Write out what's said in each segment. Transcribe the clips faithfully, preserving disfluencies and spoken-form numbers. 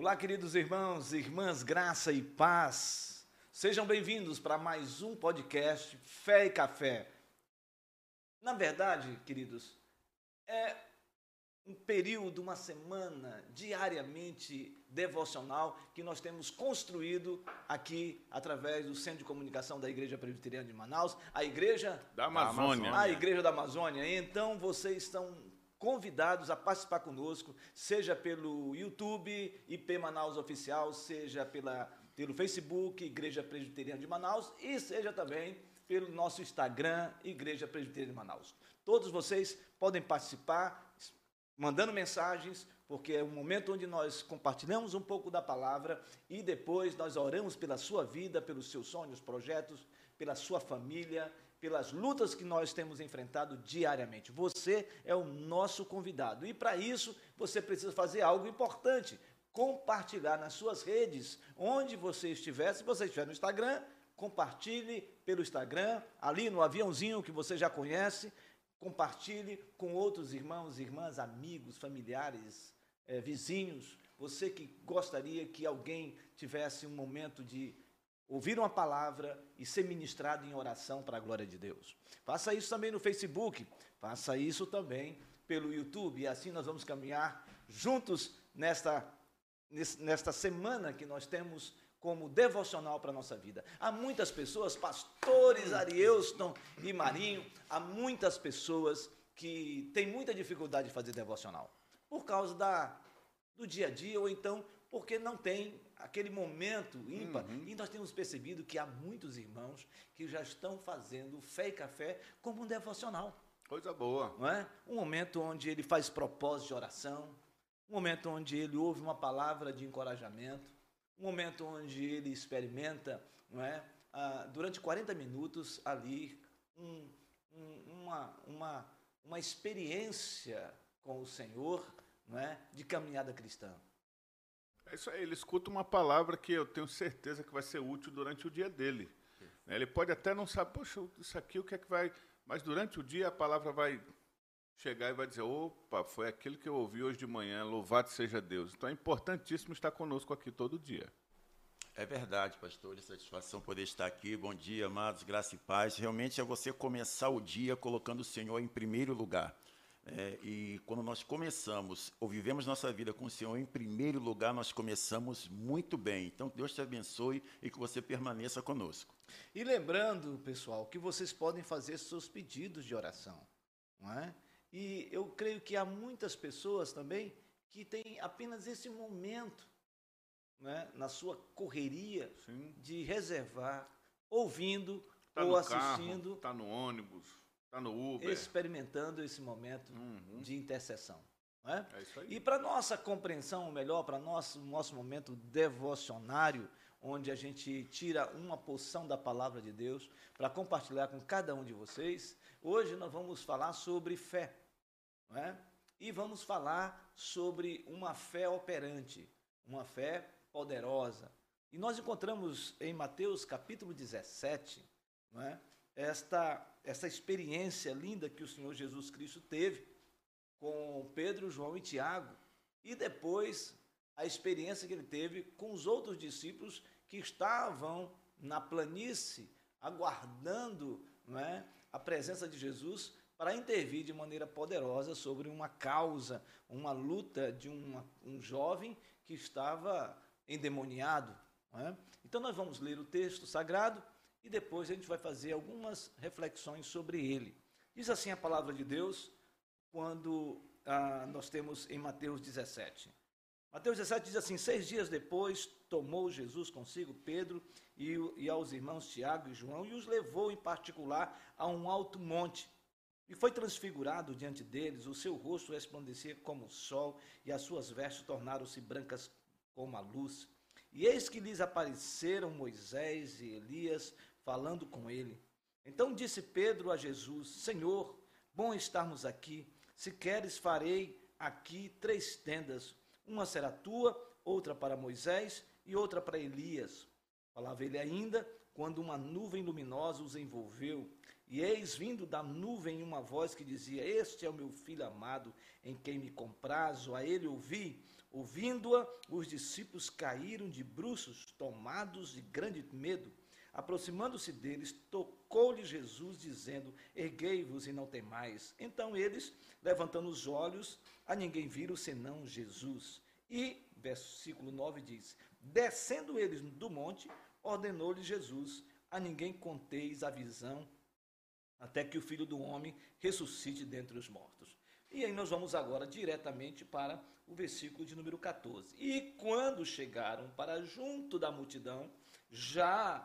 Olá, queridos irmãos e irmãs, graça e paz. Sejam bem-vindos para mais um podcast Fé e Café. Na verdade, queridos, é um período, uma semana, diariamente devocional que nós temos construído aqui através do Centro de Comunicação da Igreja Presbiteriana de Manaus, a Igreja da Amazônia. A Igreja da Amazônia. Então, vocês estão convidados a participar conosco, seja pelo YouTube, I P Manaus Oficial, seja pela, pelo Facebook, Igreja Presbiteriana de Manaus, e seja também pelo nosso Instagram, Igreja Presbiteriana de Manaus. Todos vocês podem participar, mandando mensagens, porque é um momento onde nós compartilhamos um pouco da palavra e depois nós oramos pela sua vida, pelos seus sonhos, projetos, pela sua família, pelas lutas que nós temos enfrentado diariamente. Você é o nosso convidado. E para isso, você precisa fazer algo importante. Compartilhar nas suas redes, onde você estiver. Se você estiver no Instagram, compartilhe pelo Instagram, ali no aviãozinho que você já conhece. Compartilhe com outros irmãos, irmãs, amigos, familiares, eh, vizinhos. Você que gostaria que alguém tivesse um momento de ouvir uma palavra e ser ministrado em oração para a glória de Deus. Faça isso também no Facebook, faça isso também pelo YouTube, e assim nós vamos caminhar juntos nesta, nesta semana que nós temos como devocional para a nossa vida. Há muitas pessoas, pastores Arielston e Marinho, há muitas pessoas que têm muita dificuldade de fazer devocional, por causa da, do dia a dia, ou então porque não tem aquele momento ímpar. Uhum. E nós temos percebido que há muitos irmãos que já estão fazendo Fé e Café como um devocional. Coisa boa. Não é? Um momento onde ele faz propósito de oração, um momento onde ele ouve uma palavra de encorajamento, um momento onde ele experimenta, não é? Ah, durante quarenta minutos ali, um, um, uma, uma, uma experiência com o Senhor, não é? De caminhada cristã. É isso aí, ele escuta uma palavra que eu tenho certeza que vai ser útil durante o dia dele. Né? Ele pode até não saber, poxa, isso aqui o que é que vai... Mas durante o dia a palavra vai chegar e vai dizer, opa, foi aquilo que eu ouvi hoje de manhã, louvado seja Deus. Então é importantíssimo estar conosco aqui todo dia. É verdade, pastor, é satisfação poder estar aqui. Bom dia, amados, graça e paz. Realmente é você começar o dia colocando o Senhor em primeiro lugar. É, e quando nós começamos, ou vivemos nossa vida com o Senhor em primeiro lugar, nós começamos muito bem. Então, Deus te abençoe e que você permaneça conosco. E lembrando, pessoal, que vocês podem fazer seus pedidos de oração, não é? E eu creio que há muitas pessoas também que têm apenas esse momento, né, na sua correria, sim, de reservar, ouvindo tá ou no assistindo. Está no ônibus. Está no Uber. Experimentando esse momento uhum. de intercessão. Não é? É isso aí. E para nossa compreensão melhor, para nosso nosso momento devocionário, onde a gente tira uma porção da palavra de Deus para compartilhar com cada um de vocês, hoje nós vamos falar sobre fé. Não é? E vamos falar sobre uma fé operante, uma fé poderosa. E nós encontramos em Mateus capítulo dezessete, não é? esta... essa experiência linda que o Senhor Jesus Cristo teve com Pedro, João e Tiago, e depois a experiência que ele teve com os outros discípulos que estavam na planície, aguardando, não é, a presença de Jesus para intervir de maneira poderosa sobre uma causa, uma luta de uma, um jovem que estava endemoniado. Não é? Então nós vamos ler o texto sagrado, e depois a gente vai fazer algumas reflexões sobre ele. Diz assim a palavra de Deus, quando ah, nós temos em Mateus dezessete. Mateus dezessete diz assim, seis dias depois tomou Jesus consigo Pedro e, e aos irmãos Tiago e João e os levou em particular a um alto monte. E foi transfigurado diante deles, o seu rosto resplandecia como o sol e as suas vestes tornaram-se brancas como a luz. E eis que lhes apareceram Moisés e Elias, falando com ele. Então disse Pedro a Jesus, Senhor, bom estarmos aqui. Se queres, farei aqui três tendas. Uma será tua, outra para Moisés e outra para Elias. Falava ele ainda, quando uma nuvem luminosa os envolveu. E eis vindo da nuvem uma voz que dizia, este é o meu filho amado, em quem me comprazo. A ele ouvi. Ouvindo-a, os discípulos caíram de bruços, tomados de grande medo. Aproximando-se deles, tocou-lhe Jesus, dizendo: erguei-vos e não temais. Então eles, levantando os olhos, a ninguém viram senão Jesus. E, versículo nove diz: descendo eles do monte, ordenou-lhe Jesus: a ninguém conteis a visão, até que o Filho do Homem ressuscite dentre os mortos. E aí nós vamos agora diretamente para o versículo de número catorze. E quando chegaram para junto da multidão, já,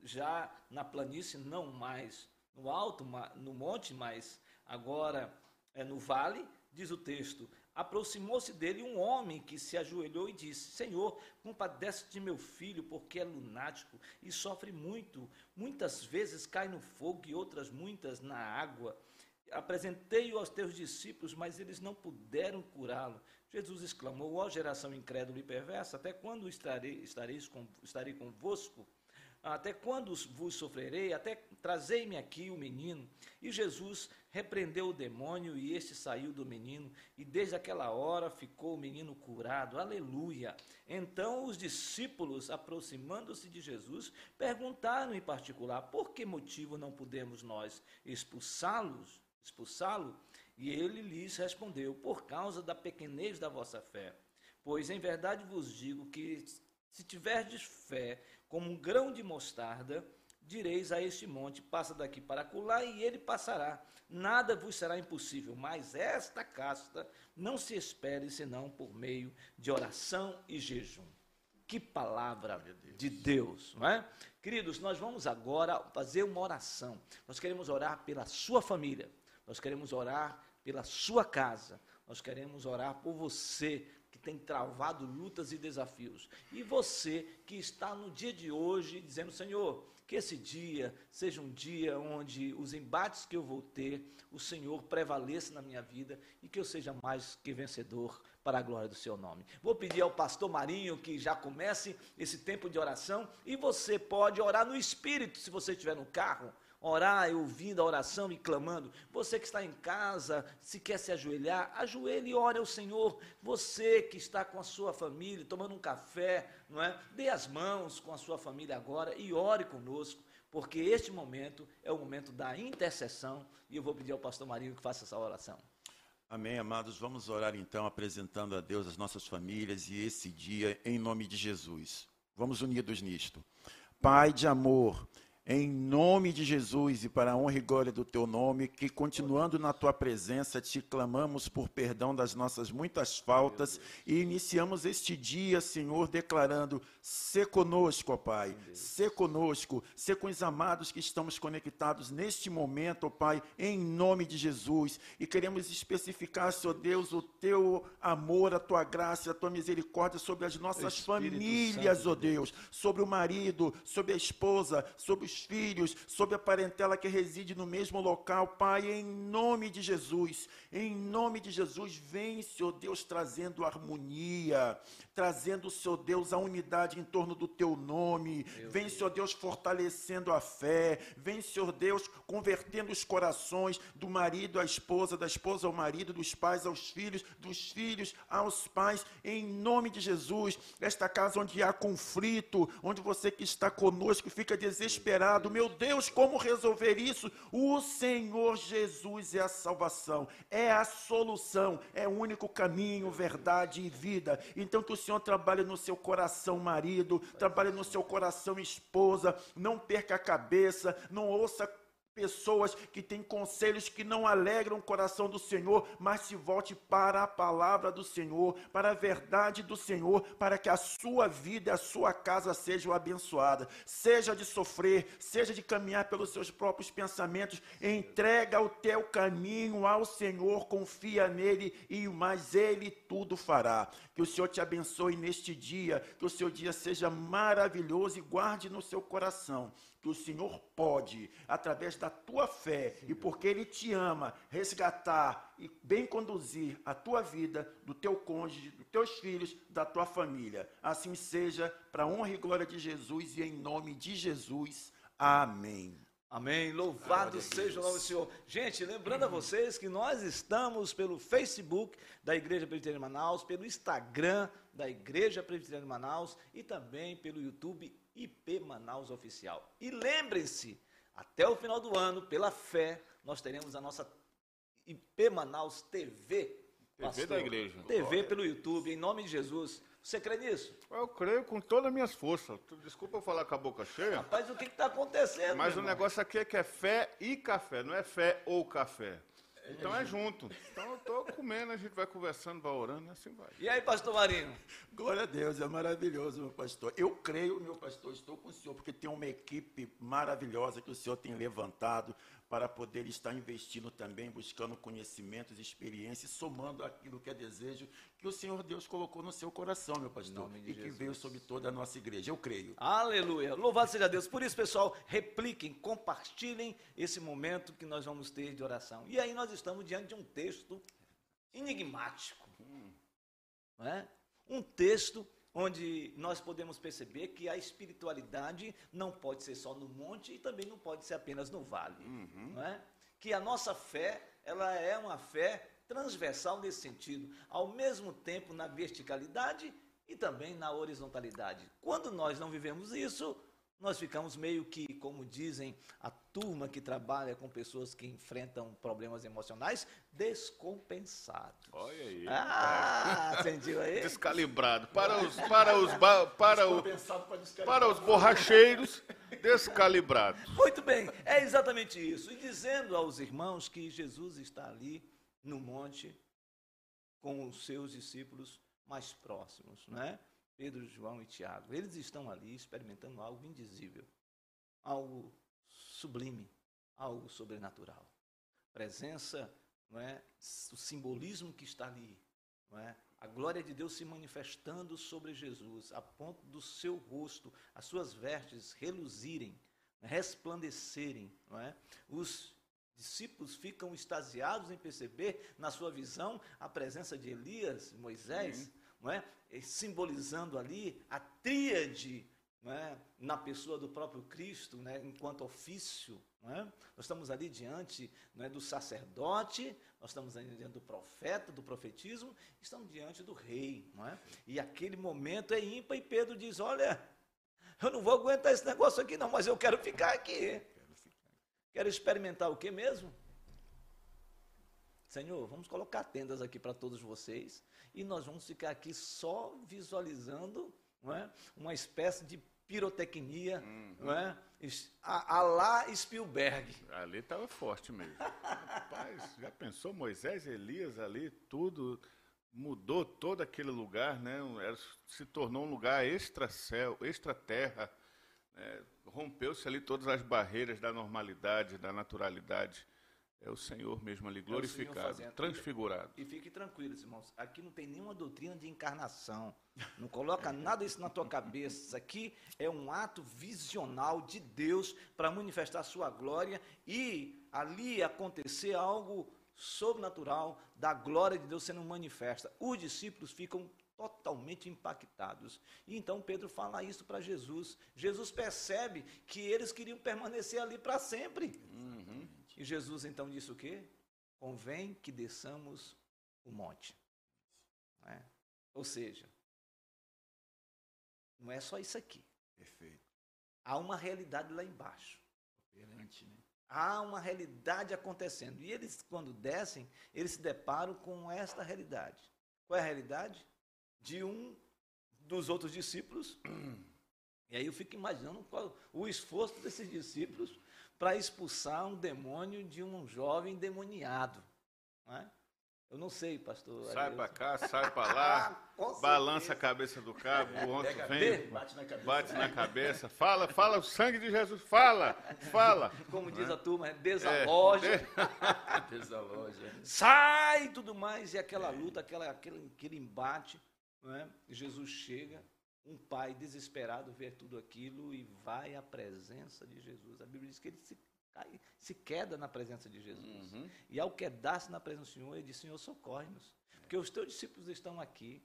já na planície, não mais no alto, no monte, mas agora é no vale, diz o texto, aproximou-se dele um homem que se ajoelhou e disse: Senhor, compadece-te de meu filho, porque é lunático e sofre muito. Muitas vezes cai no fogo e outras muitas na água. Apresentei-o aos teus discípulos, mas eles não puderam curá-lo. Jesus exclamou: ó geração incrédula e perversa, até quando estarei, estareis com, estarei convosco? Até quando vos sofrerei? Até trazei-me aqui o menino. E Jesus repreendeu o demônio, e este saiu do menino, e desde aquela hora ficou o menino curado. Aleluia! Então os discípulos, aproximando-se de Jesus, perguntaram em particular: por que motivo não podemos nós expulsá-los? expulsá-lo? E ele lhes respondeu: por causa da pequenez da vossa fé. Pois em verdade vos digo que, se tiverdes fé como um grão de mostarda, direis a este monte: passa daqui para acolá, e ele passará. Nada vos será impossível. Mas esta casta não se espere senão por meio de oração e jejum. Que palavra de Deus, não é? Queridos, nós vamos agora fazer uma oração. Nós queremos orar pela sua família. Nós queremos orar pela sua casa. Nós queremos orar por você que tem travado lutas e desafios. E você que está no dia de hoje dizendo: Senhor, que esse dia seja um dia onde os embates que eu vou ter, o Senhor prevaleça na minha vida e que eu seja mais que vencedor para a glória do seu nome. Vou pedir ao pastor Marinho que já comece esse tempo de oração, e você pode orar no Espírito, se você estiver no carro, orar ouvindo a oração e clamando. Você que está em casa, se quer se ajoelhar, ajoelhe e ore ao Senhor. Você que está com a sua família, tomando um café, não é? Dê as mãos com a sua família agora e ore conosco, porque este momento é o momento da intercessão, e eu vou pedir ao pastor Marinho que faça essa oração. Amém, amados. Vamos orar então, apresentando a Deus as nossas famílias e esse dia em nome de Jesus. Vamos unidos nisto. Pai de amor, em nome de Jesus e para a honra e glória do teu nome, que continuando na tua presença, te clamamos por perdão das nossas muitas faltas e iniciamos este dia, Senhor, declarando: sê conosco, ó Pai, sê conosco, sê com os amados que estamos conectados neste momento, ó Pai, em nome de Jesus. E queremos especificar, Senhor Deus, o teu amor, a tua graça, a tua misericórdia sobre as nossas famílias, ó Deus, sobre o marido, sobre a esposa, sobre os filhos, sobre a parentela que reside no mesmo local. Pai, em nome de Jesus, em nome de Jesus, vem, Senhor Deus, trazendo harmonia, trazendo, Senhor Deus, a unidade em torno do teu nome. Meu vem, Deus. Senhor Deus, fortalecendo a fé. Vem, Senhor Deus, convertendo os corações do marido à esposa, da esposa ao marido, dos pais aos filhos, dos filhos aos pais, em nome de Jesus. Esta casa onde há conflito, onde você que está conosco fica desesperado, meu Deus, como resolver isso? O Senhor Jesus é a salvação, é a solução, é o único caminho, verdade e vida. Então que o Senhor trabalhe no seu coração, marido, trabalhe no seu coração, esposa. Não perca a cabeça, não ouça pessoas que têm conselhos que não alegram o coração do Senhor, mas se volte para a palavra do Senhor, para a verdade do Senhor, para que a sua vida e a sua casa sejam abençoadas. Seja de sofrer, seja de caminhar pelos seus próprios pensamentos, entrega o teu caminho ao Senhor, confia nele, e mais ele tudo fará. Que o Senhor te abençoe neste dia, que o seu dia seja maravilhoso, e guarde no seu coração que o Senhor pode, através da tua fé, e porque Ele te ama, resgatar e bem conduzir a tua vida, do teu cônjuge, dos teus filhos, da tua família. Assim seja, para a honra e glória de Jesus, e em nome de Jesus. Amém. Amém. Louvado seja o nome do Senhor. Gente, lembrando a vocês que nós estamos pelo Facebook da Igreja Presbiteriana de Manaus, pelo Instagram da Igreja Presbiteriana de Manaus e também pelo YouTube I P Manaus Oficial. E lembrem-se, até o final do ano, pela fé, nós teremos a nossa I P Manaus T V. T V pastor, da igreja. T V pelo YouTube, em nome de Jesus. Você crê nisso? Eu creio com todas as minhas forças. Desculpa eu falar com a boca cheia. Rapaz, o que está acontecendo? Mas o negócio aqui é que é fé e café, não é fé ou café. Então é junto. Então eu estou comendo, a gente vai conversando, vai orando e assim vai. E aí, pastor Marinho? Glória a Deus, é maravilhoso, meu pastor. Eu creio, meu pastor, estou com o senhor, porque tem uma equipe maravilhosa que o senhor tem levantado para poder estar investindo também, buscando conhecimentos, experiências, somando aquilo que é desejo que o Senhor Deus colocou no seu coração, meu pastor, e que veio sobre toda a nossa igreja. Eu creio. Aleluia. Louvado seja Deus. Por isso, pessoal, repliquem, compartilhem esse momento que nós vamos ter de oração. E aí nós estamos diante de um texto enigmático, hum. não é? Um texto onde nós podemos perceber que a espiritualidade não pode ser só no monte e também não pode ser apenas no vale, uhum. não é? Que a nossa fé, ela é uma fé transversal nesse sentido, ao mesmo tempo na verticalidade e também na horizontalidade. Quando nós não vivemos isso, nós ficamos meio que, como dizem a turma que trabalha com pessoas que enfrentam problemas emocionais, descompensados. Olha aí. Ah, sentiu aí? Descalibrado. Para os, para os, para o, para os borracheiros, descalibrado. Muito bem, é exatamente isso. E dizendo aos irmãos que Jesus está ali no monte com os seus discípulos mais próximos, não é? Pedro, João e Tiago, eles estão ali experimentando algo indizível, algo sublime, algo sobrenatural. Presença, não é? O simbolismo que está ali, não é? A glória de Deus se manifestando sobre Jesus, a ponto do seu rosto, as suas vestes reluzirem, resplandecerem, não é? Os discípulos ficam extasiados em perceber na sua visão a presença de Elias, Moisés, uhum. não é? Simbolizando ali a tríade, não é? Na pessoa do próprio Cristo, né? Enquanto ofício. Não é? Nós estamos ali diante, não é, do sacerdote, nós estamos ali diante do profeta, do profetismo, estamos diante do rei. Não é? E aquele momento é ímpar e Pedro diz, olha, eu não vou aguentar esse negócio aqui não, mas eu quero ficar aqui. Quero experimentar o que mesmo? Senhor, vamos colocar tendas aqui para todos vocês e nós vamos ficar aqui só visualizando, não é? Uma espécie de pirotecnia, uhum. não é? A, a lá Spielberg. Ali estava forte mesmo. Rapaz, já pensou Moisés, Elias ali, tudo mudou todo aquele lugar, né? Era, se tornou um lugar extra-céu, extra-terra. É, rompeu-se ali todas as barreiras da normalidade, da naturalidade. É o Senhor mesmo ali, glorificado, é transfigurado. E, e fique tranquilos, irmãos, aqui não tem nenhuma doutrina de encarnação. Não coloca nada disso na tua cabeça. Isso aqui é um ato visional de Deus para manifestar a sua glória e ali acontecer algo sobrenatural da glória de Deus sendo manifesta. Os discípulos ficam totalmente impactados. E então Pedro fala isso para Jesus. Jesus percebe que eles queriam permanecer ali para sempre. Uhum. E Jesus então disse o quê? Convém que desçamos o monte. Não é? Ou seja, não é só isso aqui. Perfeito. Há uma realidade lá embaixo. Operante, né? Há uma realidade acontecendo. E eles, quando descem, eles se deparam com esta realidade. Qual é a realidade? De um dos outros discípulos. E aí eu fico imaginando qual, o esforço desses discípulos para expulsar um demônio de um jovem endemoniado. Não é? Eu não sei, pastor. Sai para cá, sai para lá, balança a cabeça do cabo, o outro vem, bate na cabeça, bate na cabeça, fala, fala o sangue de Jesus, fala, fala. Como diz a turma, desaloja. É, desaloja. Sai e tudo mais, e aquela luta, aquela, aquele, aquele embate. Não é? Jesus chega, um pai desesperado vê tudo aquilo e vai à presença de Jesus. A Bíblia diz que ele se cai, se queda na presença de Jesus. Uhum. E ao quedar-se na presença do Senhor, ele diz, Senhor, socorre-nos. Porque os teus discípulos estão aqui,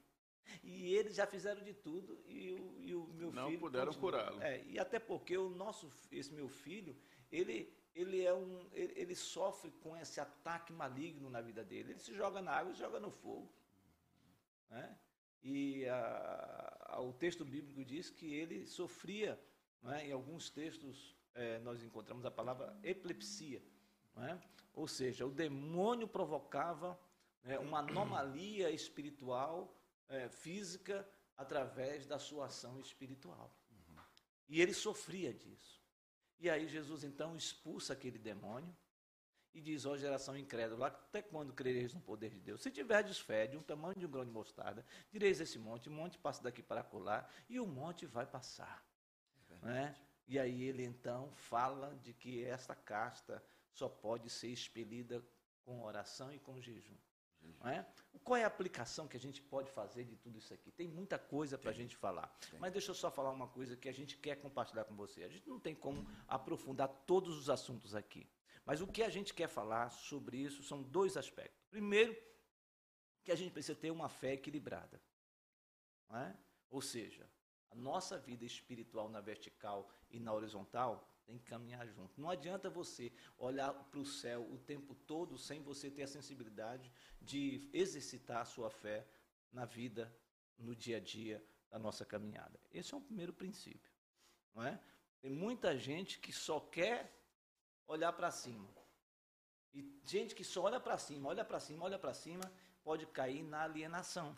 E eles já fizeram de tudo e o, e o meu Não filho... puderam curá-lo. É, e até porque o nosso, esse meu filho, ele, ele, é um, ele, ele sofre com esse ataque maligno na vida dele. Ele se joga na água e se joga no fogo. Né? E a, a, o texto bíblico diz que ele sofria, né? Em alguns textos é, nós encontramos a palavra epilepsia. Né? Ou seja, o demônio provocava, né, uma anomalia espiritual, é, física, através da sua ação espiritual. Uhum. E ele sofria disso. E aí Jesus então expulsa aquele demônio e diz: ó geração incrédula, até quando crereis no poder de Deus? Se tiverdes fé de um tamanho de um grão de mostarda, direis esse monte, o monte passa daqui para acolá, e o monte vai passar. É, né? E aí ele então fala de que esta casta só pode ser expelida com oração e com jejum. Não é? Qual é a aplicação que a gente pode fazer de tudo isso aqui? Tem muita coisa para a gente falar. Tem. Mas deixa eu só falar uma coisa que a gente quer compartilhar com você. A gente não tem como aprofundar todos os assuntos aqui. Mas o que a gente quer falar sobre isso são dois aspectos. Primeiro, que a gente precisa ter uma fé equilibrada. Não é? Ou seja, a nossa vida espiritual na vertical e na horizontal tem que caminhar junto. Não adianta você olhar para o céu o tempo todo sem você ter a sensibilidade de exercitar a sua fé na vida, no dia a dia da nossa caminhada. Esse é um primeiro princípio. Não é? Tem muita gente que só quer olhar para cima. E gente que só olha para cima, olha para cima, olha para cima, pode cair na alienação.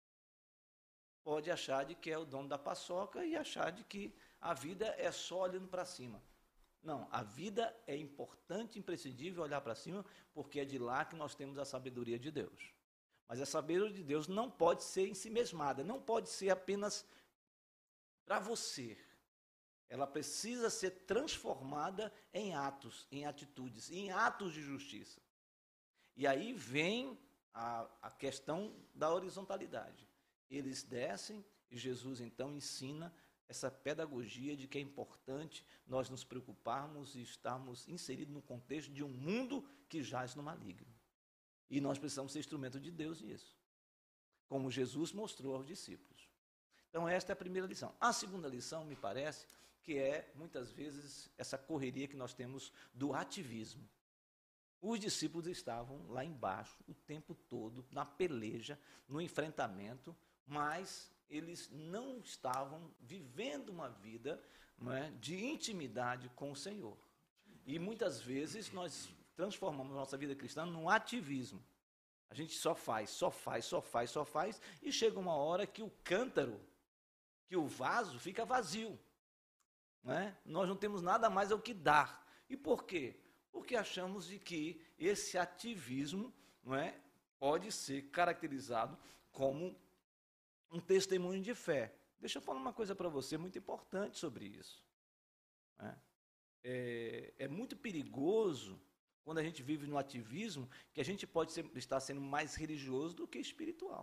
Pode achar de que é o dono da paçoca e achar de que a vida é só olhando para cima. Não, a vida é importante, imprescindível olhar para cima, porque é de lá que nós temos a sabedoria de Deus. Mas a sabedoria de Deus não pode ser ensimesmada, não pode ser apenas para você. Ela precisa ser transformada em atos, em atitudes, em atos de justiça. E aí vem a, a questão da horizontalidade. Eles descem e Jesus então ensina essa pedagogia de que é importante nós nos preocuparmos e estarmos inseridos no contexto de um mundo que jaz no maligno. E nós precisamos ser instrumento de Deus nisso, como Jesus mostrou aos discípulos. Então esta é a primeira lição. A segunda lição, me parece, que é, muitas vezes, essa correria que nós temos do ativismo. Os discípulos estavam lá embaixo o tempo todo, na peleja, no enfrentamento, mas eles não estavam vivendo uma vida, não é, de intimidade com o Senhor. E muitas vezes nós transformamos nossa vida cristã num ativismo. A gente só faz, só faz, só faz, só faz, e chega uma hora que o cântaro, que o vaso fica vazio. Não é? Nós não temos nada mais ao que dar. E por quê? Porque achamos de que esse ativismo, não é, pode ser caracterizado como um testemunho de fé. Deixa eu falar uma coisa para você muito importante sobre isso. É, é, é muito perigoso quando a gente vive no ativismo que a gente pode ser, estar sendo mais religioso do que espiritual.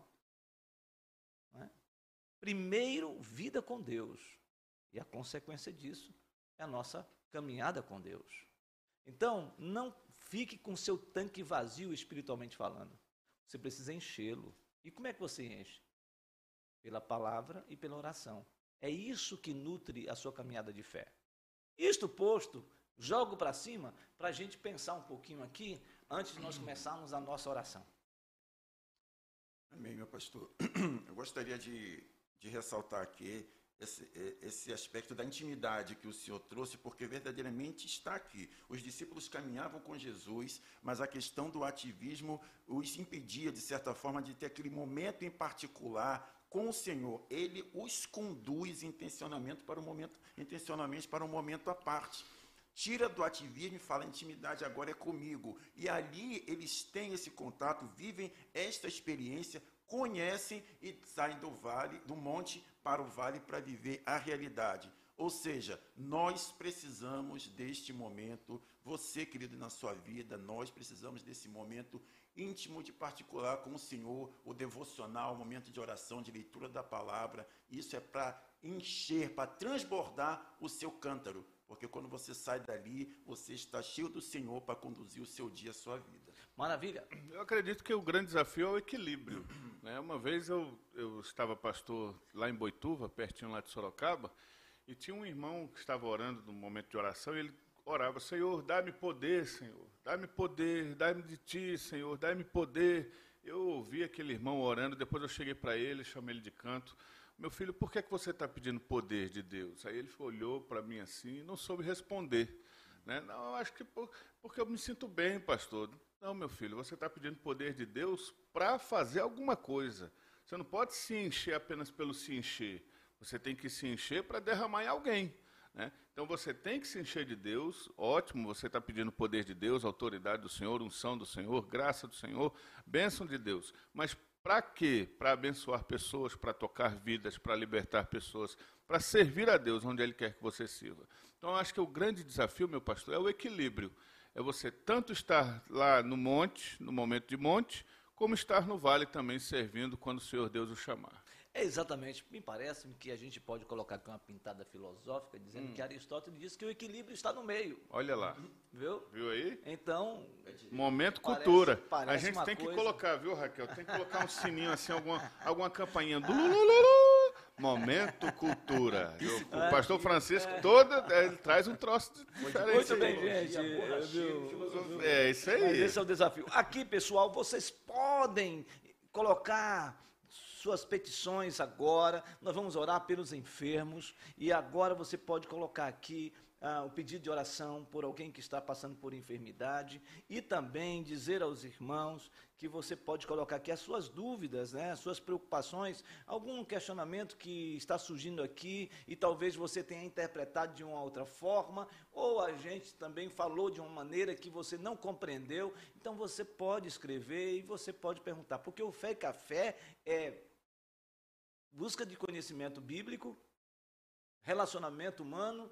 Não é? Primeiro, vida com Deus. E a consequência disso é a nossa caminhada com Deus. Então, não fique com seu tanque vazio espiritualmente falando. Você precisa enchê-lo. E como é que você enche? Pela palavra e pela oração. É isso que nutre a sua caminhada de fé. Isto posto, jogo para cima para a gente pensar um pouquinho aqui antes de nós começarmos a nossa oração. Amém, meu pastor. Eu gostaria de, de ressaltar aqui esse, esse aspecto da intimidade que o Senhor trouxe, porque verdadeiramente está aqui. Os discípulos caminhavam com Jesus, mas a questão do ativismo os impedia, de certa forma, de ter aquele momento em particular com o Senhor. Ele os conduz intencionalmente para um momento, intencionalmente para um momento à parte. Tira do ativismo e fala: a intimidade agora é comigo. E ali eles têm esse contato, vivem esta experiência, conhecem e saem do vale, do monte para o vale para viver a realidade. Ou seja, nós precisamos deste momento, você, querido, na sua vida, nós precisamos desse momento íntimo de particular com o Senhor, o devocional, o momento de oração, de leitura da palavra. Isso é para encher, para transbordar o seu cântaro, porque quando você sai dali, você está cheio do Senhor para conduzir o seu dia, a sua vida. Maravilha. Eu acredito que o grande desafio é o equilíbrio. Né? Uma vez eu, eu estava pastor lá em Boituva, pertinho lá de Sorocaba, e tinha um irmão que estava orando no momento de oração, e ele orava: Senhor, dá-me poder, Senhor, dá-me poder, dá-me de Ti, Senhor, dá-me poder. Eu ouvi aquele irmão orando, depois eu cheguei para ele, chamei ele de canto: meu filho, por que, é que você está pedindo poder de Deus? Aí ele olhou para mim assim e não soube responder. Né? Não, eu acho que por, porque eu me sinto bem, pastor. Não, meu filho, você está pedindo poder de Deus para fazer alguma coisa. Você não pode se encher apenas pelo se encher. Você tem que se encher para derramar em alguém. Né? Então você tem que se encher de Deus, ótimo, você está pedindo poder de Deus, autoridade do Senhor, unção do Senhor, graça do Senhor, bênção de Deus. Mas para quê? Para abençoar pessoas, para tocar vidas, para libertar pessoas, para servir a Deus onde Ele quer que você sirva. Então eu acho que o grande desafio, meu pastor, é o equilíbrio. É você tanto estar lá no monte, no momento de monte, como estar no vale também servindo quando o Senhor Deus o chamar. É exatamente, me parece que a gente pode colocar aqui uma pintada filosófica, dizendo hum. que Aristóteles disse que o equilíbrio está no meio. Olha lá. Viu? Viu aí? Então... Momento parece, cultura. Parece a gente tem coisa... que colocar, viu, Raquel? Tem que colocar um sininho assim, alguma, alguma campainha. Do... Momento cultura. O, o pastor Francisco é. todo, ele traz um troço diferente. Muito bem, gente. É isso aí. Mas esse é o desafio. Aqui, pessoal, vocês podem colocar suas petições agora. Nós vamos orar pelos enfermos. E agora você pode colocar aqui ah, o pedido de oração por alguém que está passando por enfermidade. E também dizer aos irmãos que você pode colocar aqui as suas dúvidas, né, as suas preocupações, algum questionamento que está surgindo aqui e talvez você tenha interpretado de uma outra forma, ou a gente também falou de uma maneira que você não compreendeu. Então você pode escrever e você pode perguntar, porque o Fé e Café é busca de conhecimento bíblico, relacionamento humano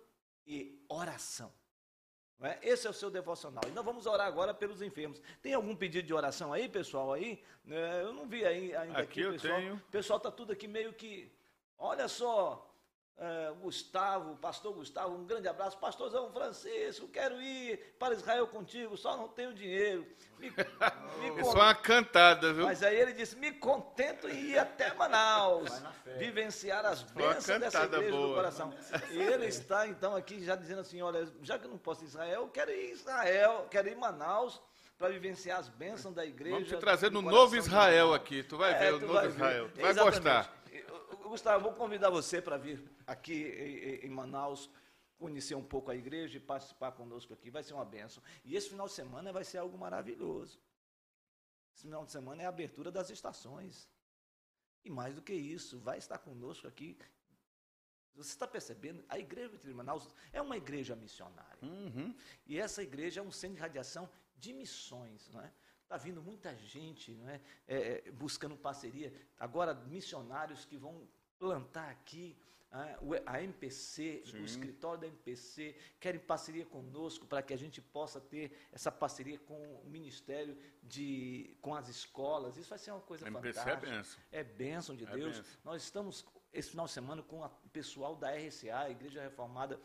e oração. Não é? Esse é o seu devocional. E nós vamos orar agora pelos enfermos. Tem algum pedido de oração aí, pessoal? Aí? É, eu não vi aí, ainda aqui. Aqui eu pessoal. tenho. O pessoal está tudo aqui meio que... Olha só, é, Gustavo, pastor Gustavo, um grande abraço. Pastorzão Francisco, quero ir para Israel contigo, só não tenho dinheiro. Me, me Isso é uma cantada, viu? Mas aí ele disse, me contento em ir até Manaus, vivenciar as bênçãos dessa igreja boa. do coração. E ele está, então, aqui já dizendo assim, olha, já que eu não posso ir a Israel, eu quero ir a Israel, quero ir a Manaus para vivenciar as bênçãos da igreja. Vamos te trazer no Novo Israel aqui, tu vai ver é, o Novo vai Israel, tu vai Exatamente. gostar. Gustavo, vou convidar você para vir aqui em Manaus, conhecer um pouco a igreja e participar conosco aqui, vai ser uma bênção. E esse final de semana vai ser algo maravilhoso. Esse final de semana é a abertura das estações. E mais do que isso, vai estar conosco aqui. Você está percebendo? A igreja de Manaus é uma igreja missionária. Uhum. E essa igreja é um centro de radiação de missões, não é? Está vindo muita gente, não é? É, buscando parceria. Agora, missionários que vão plantar aqui, a M P C, Sim. o escritório da M P C, querem parceria conosco para que a gente possa ter essa parceria com o Ministério, de, com as escolas. Isso vai ser uma coisa M P C fantástica. É bênção. É bênção de é Deus. Bênção. Nós estamos, esse final de semana, com o pessoal da R C A, a Igreja Reformada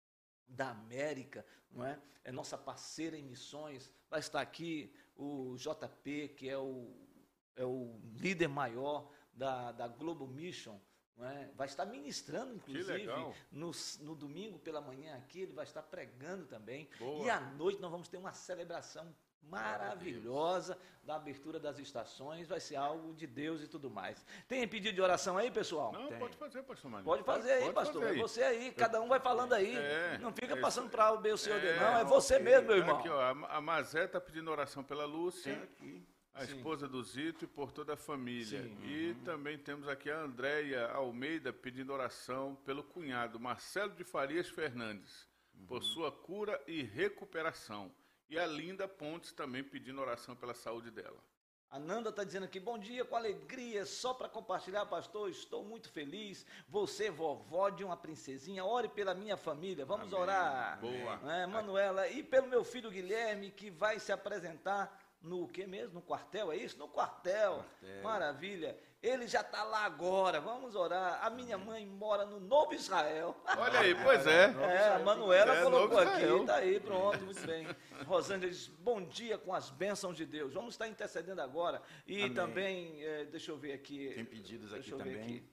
da América, não é? É nossa parceira em missões. Vai estar aqui o J P, que é o, é o líder maior da, da Global Mission, não é? Vai estar ministrando, inclusive, no, no domingo pela manhã aqui, ele vai estar pregando também. Boa. E à noite nós vamos ter uma celebração maravilhosa da abertura das estações, vai ser algo de Deus e tudo mais. Tem pedido de oração aí, pessoal? Não, Tem. pode fazer, pastor Marinho. Pode fazer pode, aí, pode pastor, fazer aí. É você aí, cada um vai falando aí, é, não fica é, passando para o B, o C, o D, é, não, é você okay. mesmo, meu irmão. Aqui, ó, a, a Mazé está pedindo oração pela Lúcia, aqui. a Sim. esposa do Zito e por toda a família. Sim. E uhum. também temos aqui a Andréia Almeida pedindo oração pelo cunhado Marcelo de Farias Fernandes, uhum. por sua cura e recuperação. E a Linda Pontes também pedindo oração pela saúde dela. A Nanda está dizendo aqui, bom dia, com alegria, só para compartilhar, pastor, estou muito feliz. Você, vovó de uma princesinha, ore pela minha família, vamos Amém. orar. Boa. É, Manuela, e pelo meu filho Guilherme, que vai se apresentar no que mesmo? No quartel, é isso? No quartel. quartel. Maravilha. Ele já está lá agora. Vamos orar. A minha mãe mora no Novo Israel. Olha aí, pois é. É, a Manuela é, colocou aqui. Está aí, pronto, muito bem. Rosângela diz, bom dia com as bênçãos de Deus. Vamos estar intercedendo agora. E Amém. também, é, deixa eu ver aqui. Tem pedidos aqui também. Aqui.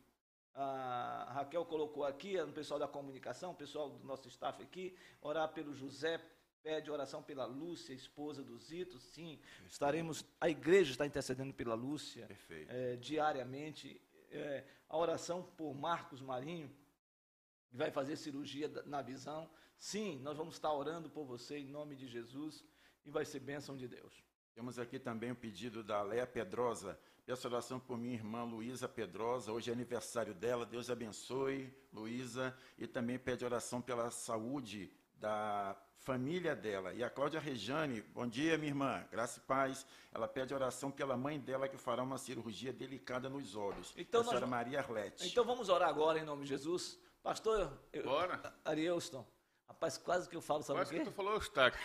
A Raquel colocou aqui, o pessoal da comunicação, o pessoal do nosso staff aqui, orar pelo José. Pede oração pela Lúcia, esposa do Zito, sim, Perfeito. estaremos, a igreja está intercedendo pela Lúcia é, diariamente, é, a oração por Marcos Marinho, que vai fazer cirurgia na visão, sim, nós vamos estar orando por você em nome de Jesus, e vai ser bênção de Deus. Temos aqui também o pedido da Léa Pedrosa, peço oração por minha irmã Luísa Pedrosa, hoje é aniversário dela, Deus abençoe, Luísa, e também pede oração pela saúde da família dela. E a Cláudia Rejane, bom dia, minha irmã, graça e paz. Ela pede oração pela mãe dela que fará uma cirurgia delicada nos olhos. Então, a senhora nós... Maria Arlete. Então vamos orar agora em nome de Jesus. Pastor, eu... Bora. Arielston, rapaz, quase que eu falo, sabe quase o quê? Quase que tu falou Eustáquio.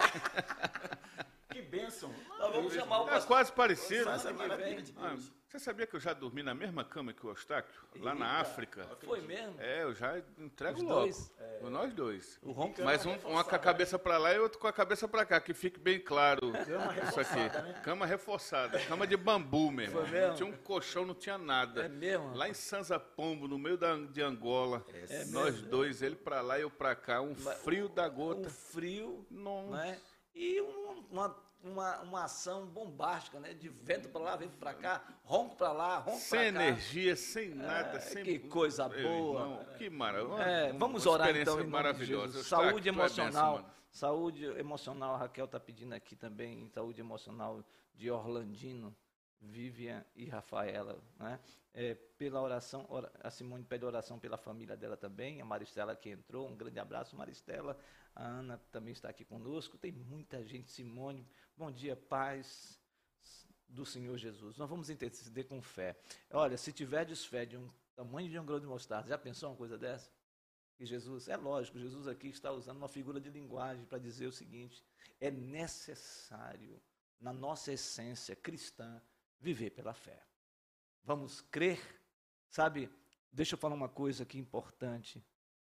Que bênção. Nós vamos é, chamar o pastor. É quase parecido. Nossa, maravilha de ah, você sabia que eu já dormi na mesma cama que o Eustáquio? Lá Eita, na África. Foi mesmo? É, eu já entrego Os logo. Dois? É. Nós dois. O ronco Mas um, uma com a cabeça para lá e outro com a cabeça para cá, que fique bem claro cama isso aqui. Né? Cama reforçada, cama de bambu mesmo. Foi mesmo? Não tinha um colchão, não tinha nada. É mesmo? Lá em Sanza Pombo, no meio da, de Angola, é nós mesmo? dois, ele para lá e eu para cá, um frio da gota. Um frio, Nossa. Né? E um, uma... Uma, uma ação bombástica, né? De vento para lá, vento para cá, ronco para lá, ronco para cá. Sem energia, sem nada. É, sem... Que coisa boa. Irmão, que maravilha. É, vamos orar então em nome de Jesus. Saúde emocional. Benção, saúde emocional, a Raquel está pedindo aqui também, saúde emocional de Orlandino, Vivian e Rafaela, né? É, pela oração, a Simone pede oração pela família dela também, a Maristela que entrou, um grande abraço, Maristela. A Ana também está aqui conosco, tem muita gente, Simone, bom dia, paz do Senhor Jesus. Nós vamos interceder com fé. Olha, se tiverdes fé de um tamanho de um grão de mostarda, já pensou uma coisa dessa? Que Jesus, é lógico, Jesus aqui está usando uma figura de linguagem para dizer o seguinte, é necessário, na nossa essência cristã, viver pela fé. Vamos crer, sabe, deixa eu falar uma coisa aqui importante.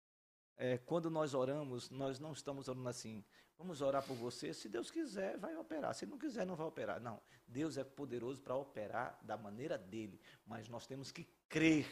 É, quando nós oramos, nós não estamos orando assim, vamos orar por você, se Deus quiser, vai operar, se não quiser, não vai operar. Não, Deus é poderoso para operar da maneira dele, mas nós temos que crer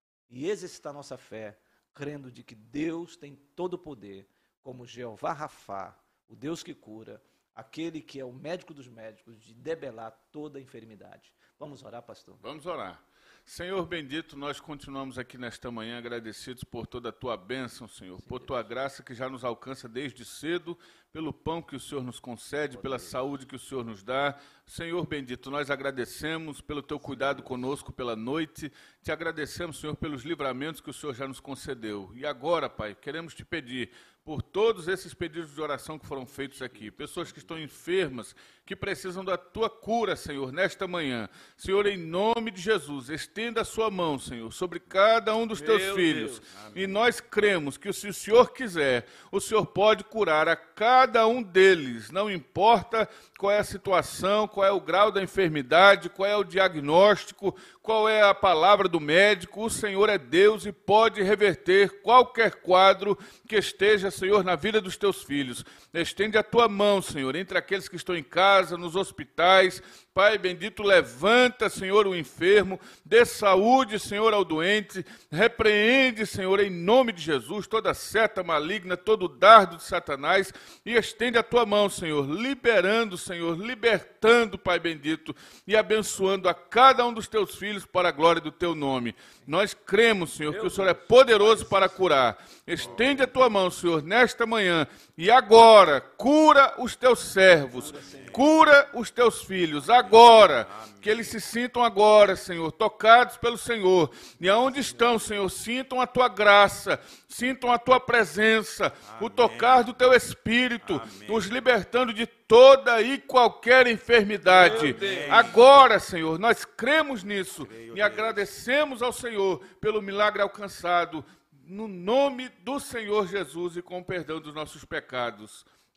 e exercitar nossa fé, crendo de que Deus tem todo o poder, como Jeová Rafá, o Deus que cura, aquele que é o médico dos médicos, de debelar toda a enfermidade. Vamos orar, pastor? Vamos orar. Senhor bendito, nós continuamos aqui nesta manhã agradecidos por toda a tua bênção, Senhor, Sim, por Deus. Tua graça que já nos alcança desde cedo, pelo pão que o Senhor nos concede, pela saúde que o Senhor nos dá. Senhor bendito, nós agradecemos pelo teu cuidado conosco pela noite, te agradecemos, Senhor, pelos livramentos que o Senhor já nos concedeu. E agora, Pai, queremos te pedir por todos esses pedidos de oração que foram feitos aqui, pessoas que estão enfermas, que precisam da tua cura, Senhor, nesta manhã. Senhor, em nome de Jesus, estenda a sua mão, Senhor, sobre cada um dos teus Meu filhos. E nós cremos que se o Senhor quiser, o Senhor pode curar a cada um deles, não importa qual é a situação, qual é o grau da enfermidade, qual é o diagnóstico, qual é a palavra do médico, o Senhor é Deus e pode reverter qualquer quadro que esteja, Senhor, na vida dos teus filhos. Estende a tua mão, Senhor, entre aqueles que estão em casa, nos hospitais. Pai bendito, levanta, Senhor, o enfermo, dê saúde, Senhor, ao doente, repreende, Senhor, em nome de Jesus, toda seta maligna, todo dardo de Satanás, e estende a tua mão, Senhor, liberando, Senhor, libertando, Pai bendito, e abençoando a cada um dos teus filhos para a glória do teu nome. Nós cremos, Senhor, que o Senhor é poderoso para curar. Estende a tua mão, Senhor, nesta manhã, e agora, cura os teus servos, cura os teus filhos, agora, que eles se sintam agora, Senhor, tocados pelo Senhor, e aonde estão, Senhor, sintam a tua graça, sintam a tua presença, o tocar do teu Espírito, os libertando de toda e qualquer enfermidade. Agora, Senhor, nós cremos nisso e agradecemos ao Senhor pelo milagre alcançado, no nome do Senhor Jesus e com o perdão dos nossos pecados.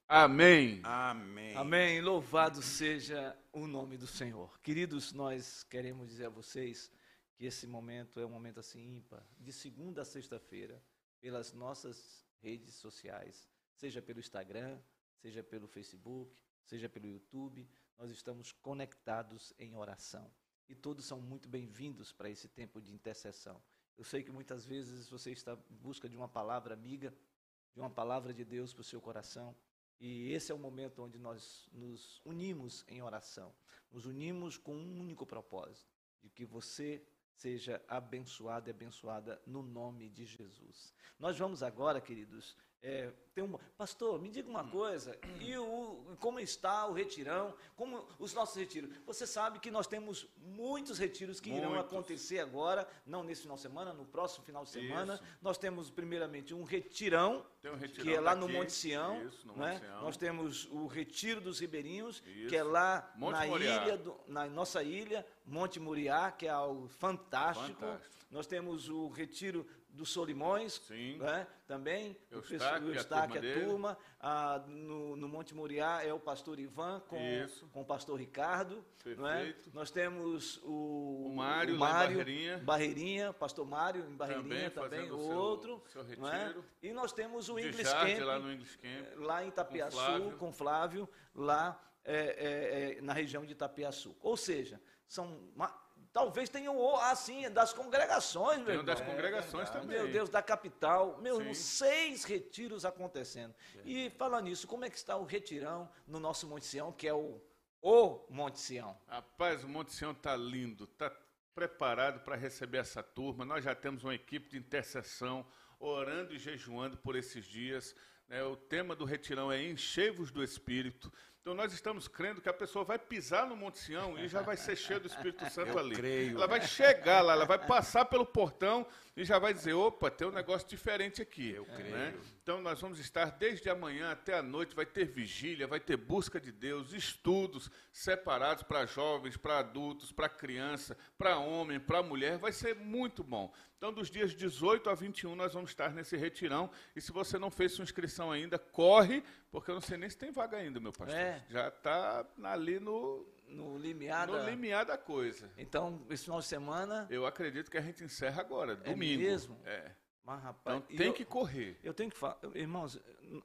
Amém. Amém. Amém. Louvado seja o nome do Senhor. Queridos, nós queremos dizer a vocês que esse momento é um momento assim ímpar, de segunda a sexta-feira, pelas nossas redes sociais, seja pelo Instagram, seja pelo Facebook, seja pelo YouTube, nós estamos conectados em oração. E todos são muito bem-vindos para esse tempo de intercessão. Eu sei que muitas vezes você está em busca de uma palavra amiga, de uma palavra de Deus para o seu coração. E esse é o momento onde nós nos unimos em oração. Nos unimos com um único propósito, de que você seja abençoado e abençoada no nome de Jesus. Nós vamos agora, queridos, é, ter um... Pastor, me diga uma coisa, e o, como está o retirão, como os nossos retiros? Você sabe que nós temos muitos retiros que irão Muitos. acontecer agora, não nesse final de semana, no próximo final de semana. Isso. Nós temos, primeiramente, um retirão, Tem um retirão que é lá no daqui. Monte Sião. Isso, no né? Monte Sião. Nós temos o Retiro dos Ribeirinhos, Isso. que é lá Monte na Moriá. ilha, do, na nossa ilha, Monte Moriá, que é algo fantástico. Fantástico. Nós temos o Retiro dos Solimões, Sim. né? Também, Eustáquio, o a Eustáquio, turma a dele. turma. Ah, no, no Monte Moriá é o pastor Ivan com, Isso. com o pastor Ricardo. Não é? Perfeito. Nós temos o, O Mário, o lá em Mário Barreirinha. Barreirinha, pastor Mário em Barreirinha Também também, fazendo o o seu- outro. seu não é? retiro. E nós temos o De English Jade, Camp, lá no English Camp. lá em Itapiaçu, Com Flávio. com Flávio, lá é, é, é, na região de Itapiaçu. Ou seja, são uma, talvez tenham o- assim das congregações, meu Tem o irmão. das congregações também. Meu Deus, da capital, meu Sim. irmão, seis retiros acontecendo. E falando nisso, como é que está o retirão no nosso Monte Sião, que é o, o Monte Sião? Rapaz, o Monte Sião está lindo, está preparado para receber essa turma. Nós já temos uma equipe de intercessão, orando e jejuando por esses dias. Né? O tema do retirão é enchei-vos do Espírito. Então nós estamos crendo que a pessoa vai pisar no Monte Sião e já vai ser cheia do Espírito Santo Eu ali. creio. Ela vai chegar lá, ela vai passar pelo portão e já vai dizer, opa, tem um negócio diferente aqui. Eu né? creio. Então nós vamos estar desde amanhã até a noite, vai ter vigília, vai ter busca de Deus, estudos separados para jovens, para adultos, para criança, para homem, para mulher, vai ser muito bom. Então dos dias dezoito a vinte e um nós vamos estar nesse retirão e se você não fez sua inscrição ainda, corre, porque eu não sei nem se tem vaga ainda, meu pastor. É. Já está ali no, No limiar no da... limiar da coisa. Então, esse final de semana... Eu acredito que a gente encerra agora, É domingo. mesmo? É. Mas, rapaz, Então e tem eu- que correr. Eu tenho que falar, irmãos,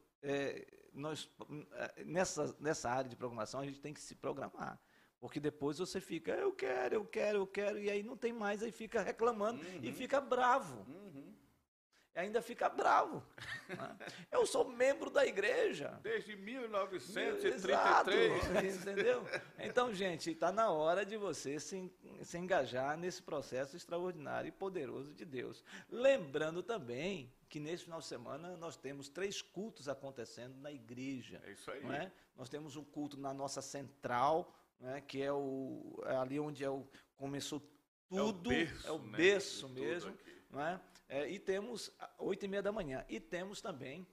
é, nós, é, nessa, nessa área de programação a gente tem que se programar. Porque depois você fica, eu quero, eu quero, eu quero, e aí não tem mais, aí fica reclamando e fica bravo. Uhum. E ainda fica bravo. né? Eu sou membro da igreja. Desde mil novecentos e trinta e Exato, três. entendeu? Então, gente, está na hora de você se, se engajar nesse processo extraordinário e poderoso de Deus. Lembrando também que nesse final de semana nós temos três cultos acontecendo na igreja. É isso aí. Não é? Nós temos um culto na nossa central, né, que é, o, é ali onde é o, começou tudo, berço, é o né, berço de tudo mesmo. aqui. Não é? É, e temos oito e meia da manhã. E temos também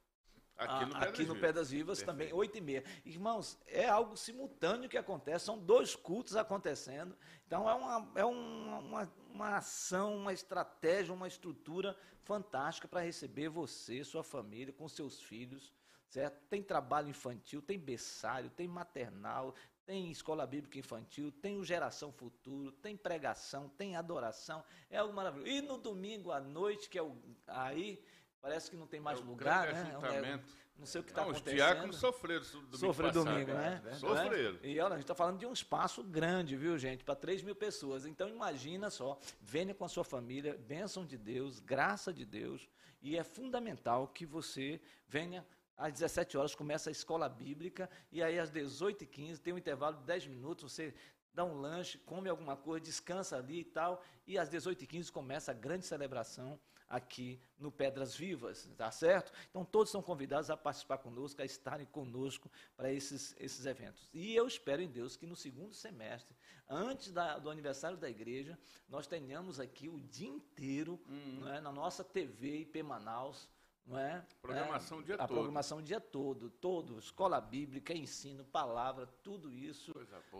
Aqui no, ah, Pedras aqui no Vivas. Pedras Vivas Perfeito. também, oito e meia. Irmãos, é algo simultâneo que acontece, são dois cultos acontecendo. Então, é uma, é uma, uma, uma ação, uma estratégia, uma estrutura fantástica para receber você, sua família, com seus filhos, certo? Tem trabalho infantil, tem berçário, tem maternal, tem escola bíblica infantil, tem o Geração Futuro, tem pregação, tem adoração, é algo maravilhoso. E no domingo à noite, que é o aí... Parece que não tem mais É o lugar, grande né? ajuntamento. Não sei o que está Não, os acontecendo. diáconos sofreram domingo Sofreram passado. domingo, né? É, Sofreram. E olha, a gente está falando de um espaço grande, viu, gente? Para três mil pessoas. Então, imagina só, venha com a sua família, bênção de Deus, graça de Deus. E é fundamental que você venha. Às dezessete horas começa a escola bíblica. E aí, às dezoito e quinze, tem um intervalo de dez minutos. Você dá um lanche, come alguma coisa, descansa ali e tal. E às dezoito e quinze começa a grande celebração aqui no Pedras Vivas, tá certo? Então, todos são convidados a participar conosco, a estarem conosco para esses, esses eventos. E eu espero em Deus que no segundo semestre, antes da, do aniversário da igreja, nós tenhamos aqui o dia inteiro, Uhum. né, na nossa T V I P Manaus, Não é? Programação é, o dia a todo. A programação o dia todo, todo, escola bíblica, ensino, palavra, tudo isso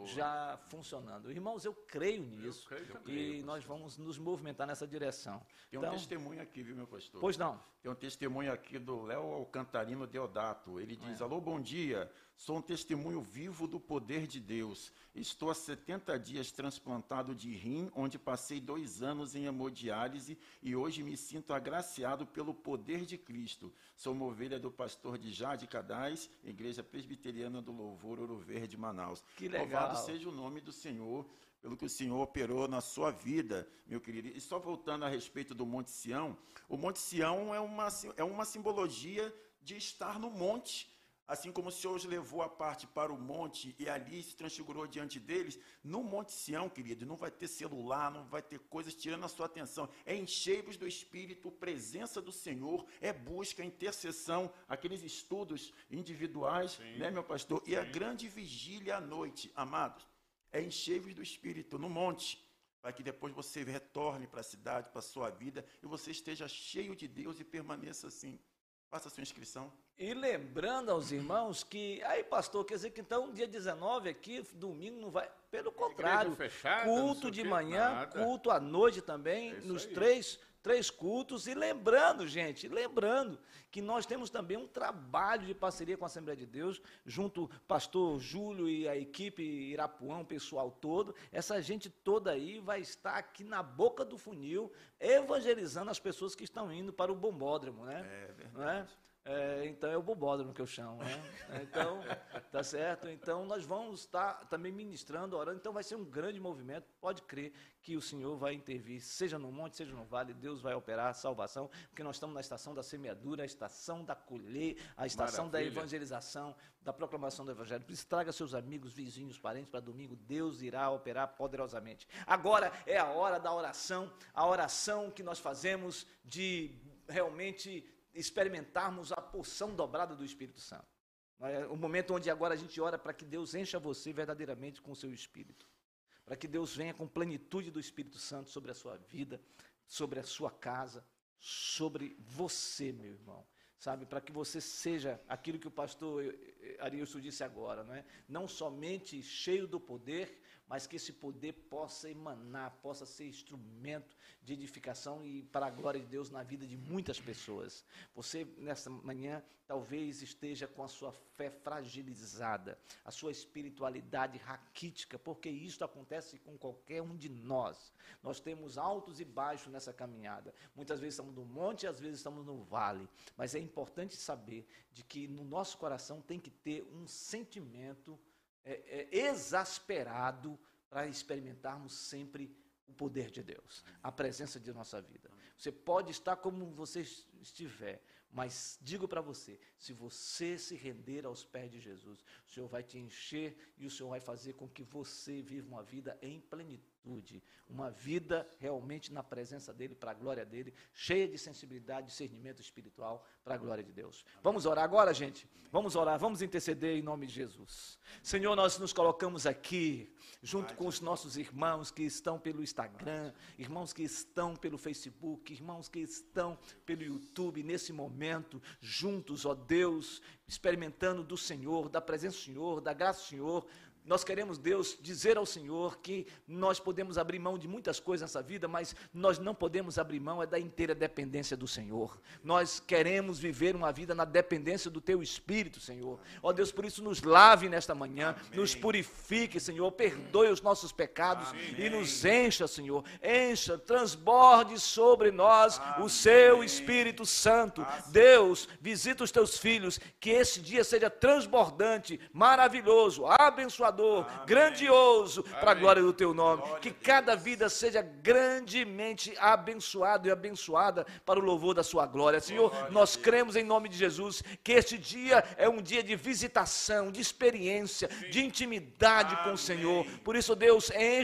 já funcionando. Irmãos, eu creio nisso. Eu creio, eu e creio, nós vamos nos movimentar nessa direção. Tem um então, testemunho aqui, viu, meu pastor? Pois não. Tem um testemunho aqui do Léo Alcantarino Deodato. Ele diz, É. alô, bom dia, sou um testemunho vivo do poder de Deus. Estou há setenta dias transplantado de rim, onde passei dois anos em hemodiálise e hoje me sinto agraciado pelo poder de Cristo. Sou uma ovelha do pastor de Jade Cadaz, Igreja Presbiteriana do Louvor, Ouro Verde, Manaus. Que legal. Louvado seja o nome do Senhor, pelo que o Senhor operou na sua vida, meu querido. E só voltando a respeito do Monte Sião, o Monte Sião é uma, é uma simbologia de estar no monte. Assim como o Senhor os levou a parte para o monte e ali se transfigurou diante deles, no Monte Sião, querido, não vai ter celular, não vai ter coisas tirando a sua atenção. É encheios do Espírito, presença do Senhor, é busca, intercessão, aqueles estudos individuais, Sim. né, meu pastor? E Sim. a grande vigília à noite, amados, é encheios do Espírito no monte, para que depois você retorne para a cidade, para a sua vida, e você esteja cheio de Deus e permaneça assim. Faça a sua inscrição. E lembrando aos irmãos que, aí pastor, quer dizer que então dia dezenove aqui, domingo não vai, pelo contrário, fechada, não sei culto o de quê, manhã, nada. culto à noite também, É isso nos aí. três, três cultos, e lembrando, gente, lembrando que nós temos também um trabalho de parceria com a Assembleia de Deus, junto pastor Júlio e a equipe Irapuã, o pessoal todo, essa gente toda aí vai estar aqui na boca do funil, evangelizando as pessoas que estão indo para o bombódromo, né? É verdade. Não é? É, então é o bobódromo que eu chamo, né? Então, tá certo? Então nós vamos estar também ministrando, orando, então vai ser um grande movimento, pode crer que o Senhor vai intervir, seja no monte, seja no vale, Deus vai operar a salvação, porque nós estamos na estação da semeadura, a estação da colheita, a estação Maravilha. da evangelização, da proclamação do evangelho. Por isso, traga seus amigos, vizinhos, parentes para domingo, Deus irá operar poderosamente. Agora é a hora da oração, a oração que nós fazemos de realmente experimentarmos a porção dobrada do Espírito Santo. É o momento onde agora a gente ora para que Deus encha você verdadeiramente com o seu Espírito, para que Deus venha com plenitude do Espírito Santo sobre a sua vida, sobre a sua casa, sobre você, meu irmão, sabe, para que você seja aquilo que o pastor Ariilson disse agora, não é? Não somente cheio do poder, mas que esse poder possa emanar, possa ser instrumento de edificação e para a glória de Deus na vida de muitas pessoas. Você, nessa manhã, talvez esteja com a sua fé fragilizada, a sua espiritualidade raquítica, porque isso acontece com qualquer um de nós. Nós temos altos e baixos nessa caminhada. Muitas vezes estamos no monte, às vezes estamos no vale, mas é importante saber de que no nosso coração tem que ter um sentimento É, é, exasperado para experimentarmos sempre o poder de Deus, a presença de nossa vida. Você pode estar como você estiver, mas digo para você, se você se render aos pés de Jesus, o Senhor vai te encher e o Senhor vai fazer com que você viva uma vida em plenitude, uma vida realmente na presença dEle, para a glória dEle, cheia de sensibilidade, discernimento espiritual, para a glória de Deus. Vamos orar agora, gente? Vamos orar, vamos interceder em nome de Jesus. Senhor, nós nos colocamos aqui, junto com os nossos irmãos que estão pelo Instagram, irmãos que estão pelo Facebook, irmãos que estão pelo YouTube, nesse momento, juntos, ó Deus, experimentando do Senhor, da presença do Senhor, da graça do Senhor. Nós queremos, Deus, dizer ao Senhor que nós podemos abrir mão de muitas coisas nessa vida, mas nós não podemos abrir mão é da inteira dependência do Senhor. Nós queremos viver uma vida na dependência do Teu Espírito, Senhor. Ó Deus, por isso nos lave nesta manhã, Amém. Nos purifique, Senhor, perdoe os nossos pecados Amém. E nos encha, Senhor. Encha, transborde sobre nós Amém. O Seu Espírito Santo. Amém. Deus, visita os Teus filhos, que esse dia seja transbordante, maravilhoso, abençoador, Amém. Grandioso, para a glória do Teu nome. Glória que cada vida seja grandemente abençoada e abençoada para o louvor da Sua glória. Senhor, glória nós cremos em nome de Jesus que este dia é um dia de visitação, de experiência, Sim. de intimidade Amém. Com o Senhor. Por isso, Deus, enche a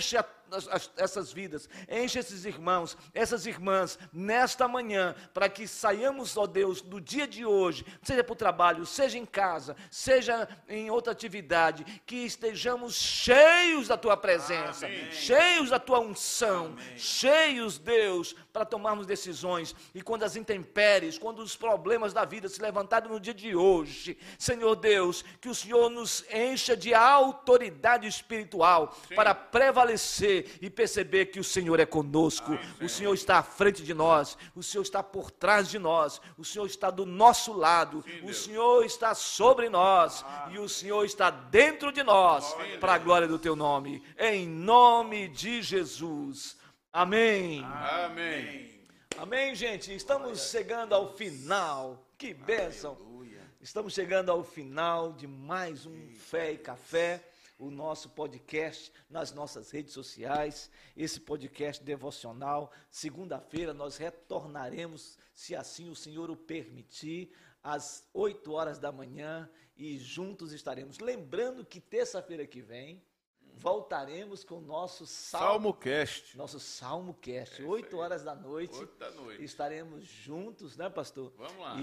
as, essas vidas, enche esses irmãos, essas irmãs, nesta manhã, para que saiamos, ó Deus, do dia de hoje, seja para o trabalho, seja em casa, seja em outra atividade, que estejamos cheios da Tua presença, Amém. cheios da Tua unção, Amém. cheios, Deus, para tomarmos decisões, e quando as intempéries, quando os problemas da vida se levantarem no dia de hoje, Senhor Deus, que o Senhor nos encha de autoridade espiritual, Sim. para prevalecer e perceber que o Senhor é conosco, Ai, o Senhor está à frente de nós, o Senhor está por trás de nós, o Senhor está do nosso lado, Sim, o Deus. Senhor está sobre nós, e o Senhor está dentro de nós, Glória a para a Deus. glória do Teu nome, em nome de Jesus. Amém. Amém. Amém, gente. Estamos chegando ao final. Que bênção. Aleluia. Estamos chegando ao final de mais um Fé e Café, o nosso podcast nas nossas redes sociais, esse podcast devocional. Segunda-feira nós retornaremos, se assim o Senhor o permitir, às oito horas da manhã, e juntos estaremos. Lembrando que terça-feira que vem voltaremos com o nosso salmo, Salmocast. nosso Salmocast, É isso oito aí. horas da noite. Oito da noite. Estaremos juntos, né, pastor? Vamos lá.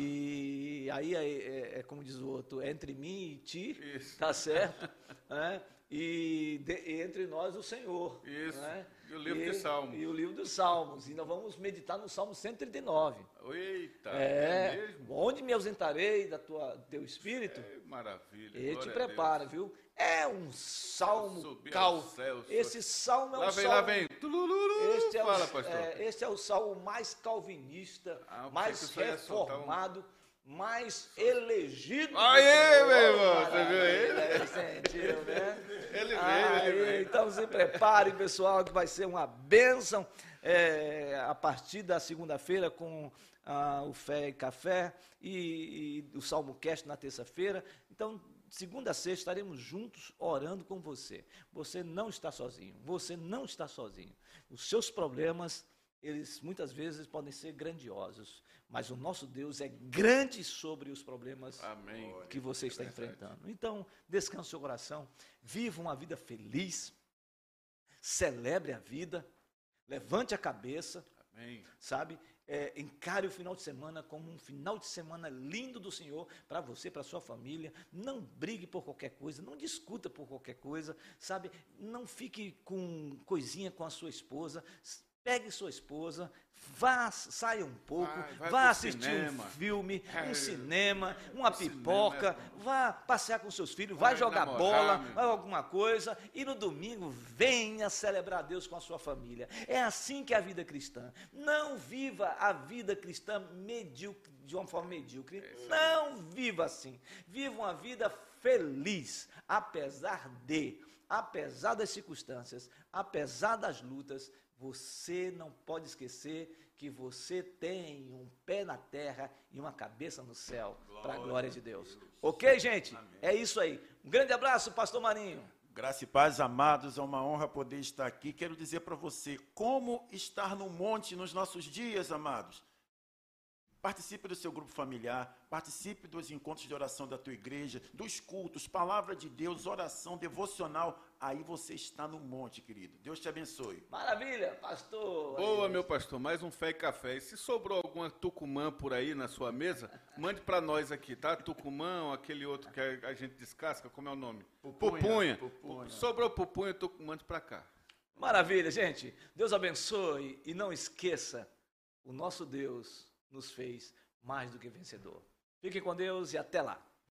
E aí é, é- é como diz o outro, entre mim e ti, Isso. tá certo? Né? E, de- e entre nós o Senhor. Isso. Né? E o livro de Salmos. E o livro dos Salmos. E nós vamos meditar no Salmo cento e trinta e nove. Eita, É, é mesmo? onde me ausentarei da tua, teu espírito? É, maravilha. Ele te glória a prepara, Deus. viu? É um salmo Subir cal. aos céus, Esse salmo é um Lá vem, salmo. lá vem. Tulululu. Este é, Fala, o, pastor. é, este é o salmo mais calvinista, Ah, eu mais pensei que você ia soltar um- reformado, mais elegido. do Aê, Senhor. meu irmão, Olha, você viu ele? é, sentiu, né? Ele veio, Aí, ele veio. então se prepare, pessoal, que vai ser uma bênção é, a partir da segunda-feira com ah, o Fé e Café e, e o Salmocast na terça-feira. Então, segunda a sexta estaremos juntos orando com você. Você não está sozinho, você não está sozinho. Os seus problemas, eles muitas vezes podem ser grandiosos, mas o nosso Deus é grande sobre os problemas Amém. que você está enfrentando. Então, descanse o seu coração, viva uma vida feliz, celebre a vida, levante a cabeça, Amém. sabe? É, encare o final de semana como um final de semana lindo do Senhor para você, para sua família. Não brigue por qualquer coisa, não discuta por qualquer coisa, sabe? Não fique com coisinha com a sua esposa. Pegue sua esposa, vá, saia um pouco, Vai, vai vá pro assistir cinema. um filme, É, um cinema, uma o cinema pipoca, é bom. vá passear com seus filhos, Vai vai jogar namorar, bola, meu vai alguma coisa, e no domingo venha celebrar Deus com a sua família. É assim que é a vida cristã. Não viva a vida cristã medíocre, de uma forma medíocre. Não viva assim. Viva uma vida feliz, apesar de, apesar das circunstâncias, apesar das lutas. Você não pode esquecer que você tem um pé na terra e uma cabeça no céu, para a glória de Deus. Ok, gente? Amém. É isso aí. Um grande abraço, pastor Marinho. Graça e paz, amados, é uma honra poder estar aqui. Quero dizer para você como estar no monte nos nossos dias, amados. Participe do seu grupo familiar, participe dos encontros de oração da tua igreja, dos cultos, palavra de Deus, oração, devocional. Aí você está no monte, querido. Deus te abençoe. Maravilha, pastor. Boa, meu pastor, mais um Fé e Café. E se sobrou alguma tucumã por aí na sua mesa, mande para nós aqui, tá? Tucumã, aquele outro que a gente descasca, como é o nome? Pupunha. Pupunha. Pupunha. Sobrou pupunha, tucumã, mande para cá. Maravilha, gente. Deus abençoe e não esqueça, o nosso Deus nos fez mais do que vencedor. Fiquem com Deus e até lá.